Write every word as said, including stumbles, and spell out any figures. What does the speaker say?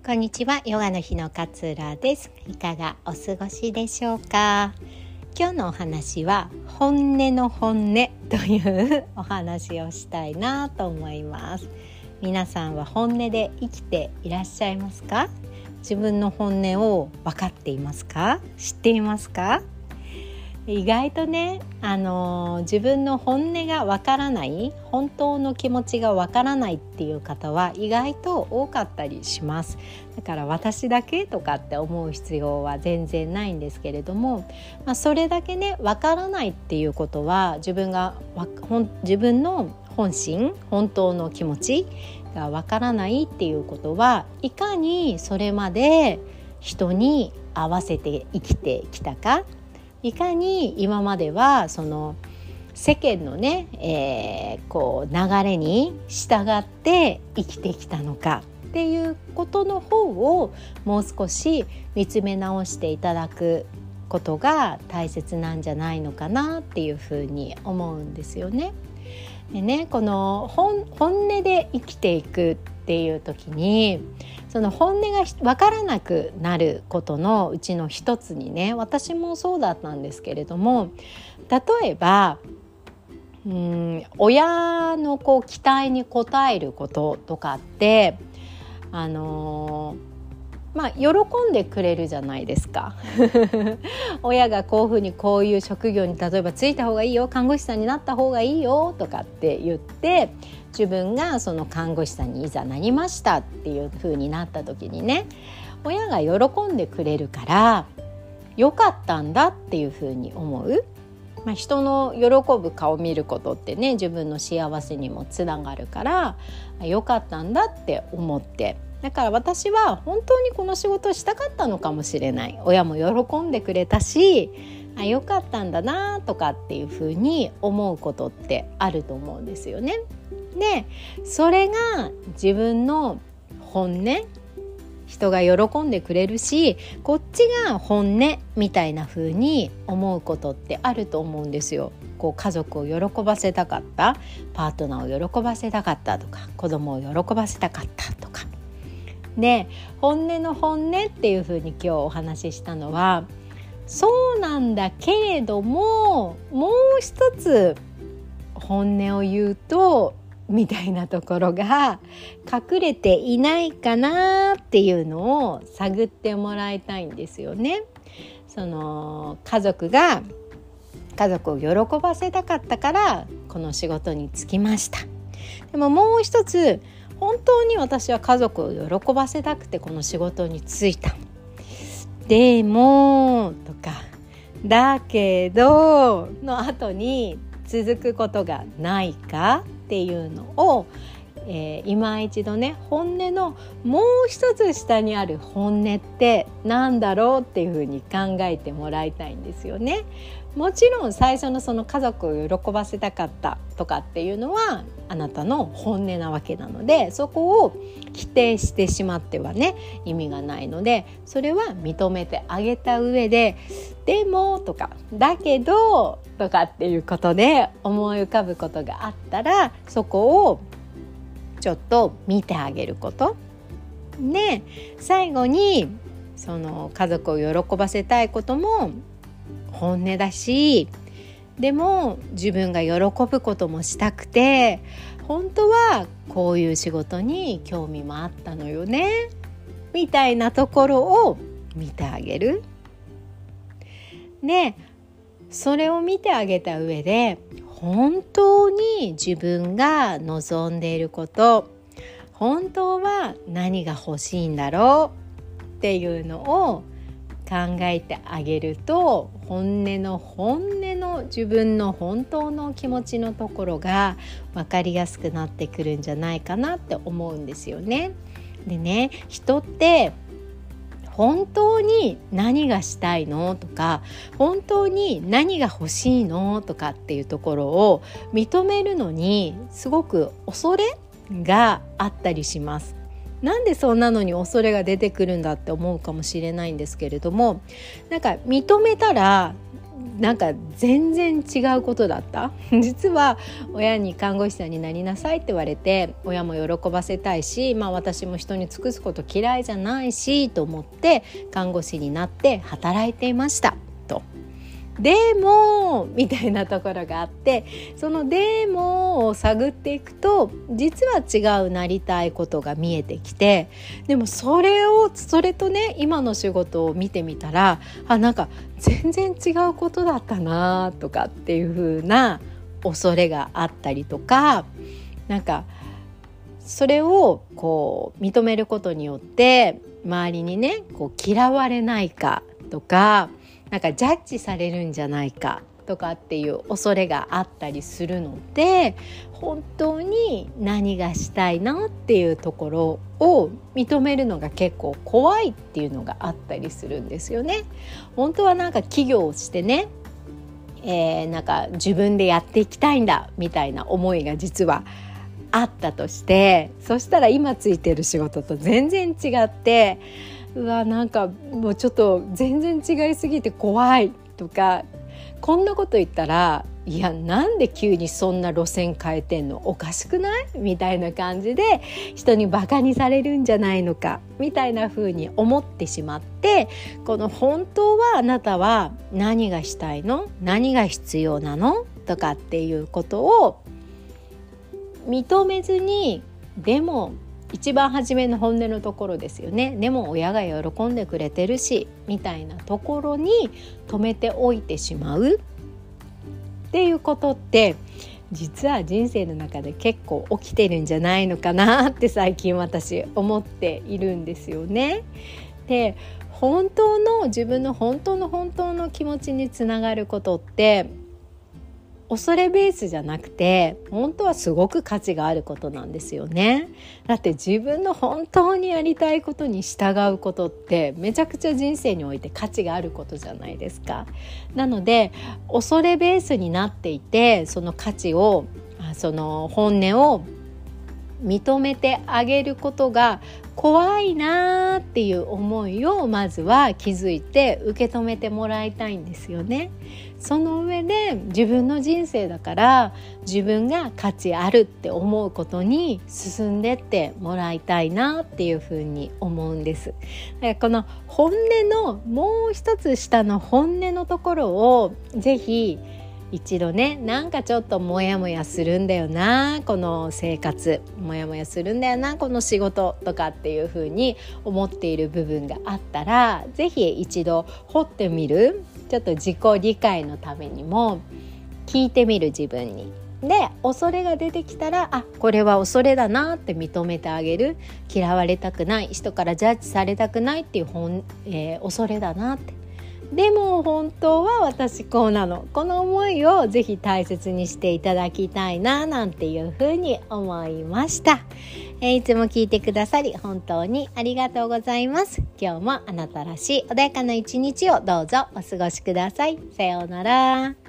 こんにちは、ヨガの日の勝浦です。いかがお過ごしでしょうか。今日のお話は本音の本音というお話をしたいなと思います。皆さんは本音で生きていらっしゃいますか？自分の本音を分かっていますか？知っていますか？意外とね、あのー、自分の本音がわからない、本当の気持ちがわからないっていう方は意外と多かったりします。だから私だけとかって思う必要は全然ないんですけれども、まあ、それだけねわからないっていうことは自分がわほん自分の本心、本当の気持ちがわからないっていうことは、いかにそれまで人に合わせて生きてきたか、いかに今まではその世間のね、えー、こう流れに従って生きてきたのかっていうことの方をもう少し見つめ直していただくことが大切なんじゃないのかなっていうふうに思うんですよね。でね、この 本, 本音で生きていくっていう時に、その本音が分からなくなることのうちの一つにね、私もそうだったんですけれども、例えばうーん親のこう期待に応えることとかってあのーまあ、喜んでくれるじゃないですか親がこういうふうにこういう職業に例えばついた方がいいよ、看護師さんになった方がいいよとかって言って、自分がその看護師さんにいざなりましたっていうふうになった時にね、親が喜んでくれるからよかったんだっていうふうに思う。まあ、人の喜ぶ顔を見ることってね、自分の幸せにもつながるからよかったんだって思って、だから私は本当にこの仕事をしたかったのかもしれない、親も喜んでくれたし、あ、よかったんだなとかっていうふうに思うことってあると思うんですよね。で、それが自分の本音、人が喜んでくれるし、こっちが本音みたいな風に思うことってあると思うんですよ。こう家族を喜ばせたかった、パートナーを喜ばせたかったとか、子供を喜ばせたかったとかで、本音の本音っていう風に今日お話ししたのは、そうなんだけれどももう一つ本音を言うとみたいなところが隠れていないかなっていうのを探ってもらいたいんですよね。その家族が家族を喜ばせたかったからこの仕事に就きました。でももう一つ、本当に私は家族を喜ばせたくてこの仕事に就いた。でもとかだけどの後に続くことがないかっていうのを、えー、今一度ね、本音のもう一つ下にある本音ってなんだろうっていうふうに考えてもらいたいんですよね。もちろん最初のその家族を喜ばせたかったとかっていうのはあなたの本音なわけなので、そこを否定してしまってはね意味がないので、それは認めてあげた上で、でもとかだけどとかっていうことで思い浮かぶことがあったら、そこをちょっと見てあげることで、最後にその家族を喜ばせたいことも本音だし、でも自分が喜ぶこともしたくて、本当はこういう仕事に興味もあったのよねみたいなところを見てあげる。で、それを見てあげた上で、本当に自分が望んでいること、本当は何が欲しいんだろうっていうのを考えてあげると、本音の本音の自分の本当の気持ちのところが分かりやすくなってくるんじゃないかなって思うんですよね。でね、人って本当に何がしたいのとか、本当に何が欲しいのとかっていうところを認めるのにすごく恐れがあったりします。なんでそんなのに恐れが出てくるんだって思うかもしれないんですけれども、なんか認めたらなんか全然違うことだった実は親に看護師さんになりなさいって言われて、親も喜ばせたいし、まあ、私も人に尽くすこと嫌いじゃないしと思って看護師になって働いていましたと。でもみたいなところがあって、そのでもを探っていくと実は違うなりたいことが見えてきて、でもそれをそれとね今の仕事を見てみたら、あなんか全然違うことだったなとかっていう風な恐れがあったりとか、なんかそれをこう認めることによって周りにねこう嫌われないかとか、なんかジャッジされるんじゃないかとかっていう恐れがあったりするので、本当に何がしたいなっていうところを認めるのが結構怖いっていうのがあったりするんですよね。本当はなんか起業をしてね、えー、なんか自分でやっていきたいんだみたいな思いが実はあったとして、そしたら今ついてる仕事と全然違って、うわなんかもうちょっと全然違いすぎて怖いとか、こんなこと言ったらいやなんで急にそんな路線変えてんのおかしくないみたいな感じで人にバカにされるんじゃないのかみたいな風に思ってしまって、この本当はあなたは何がしたいの、何が必要なのとかっていうことを認めずに、でも一番初めの本音のところですよね。でも親が喜んでくれてるしみたいなところに止めておいてしまうっていうことって実は人生の中で結構起きてるんじゃないのかなって最近私思っているんですよね。で、本当の自分の本当の本当の気持ちにつながることって恐れベースじゃなくて本当はすごく価値があることなんですよね。だって自分の本当にやりたいことに従うことってめちゃくちゃ人生において価値があることじゃないですか。なので恐れベースになっていて、その価値をその本音を認めてあげることが怖いなっていう思いをまずは気づいて受け止めてもらいたいんですよね。その上で自分の人生だから自分が価値あるって思うことに進んでってもらいたいなっていうふうに思うんです。この本音のもう一つ下の本音のところをぜひ一度ね、なんかちょっとモヤモヤするんだよなこの生活、モヤモヤするんだよなこの仕事とかっていう風に思っている部分があったら、ぜひ一度掘ってみる、ちょっと自己理解のためにも聞いてみる自分に。で、恐れが出てきたら、あ、これは恐れだなって認めてあげる。嫌われたくない、人からジャッジされたくないっていう本、えー、恐れだなって、でも本当は私こうなの、この思いをぜひ大切にしていただきたいななんていうふうに思いました。えー、いつも聞いてくださり本当にありがとうございます。今日もあなたらしい穏やかな一日をどうぞお過ごしください。さようなら。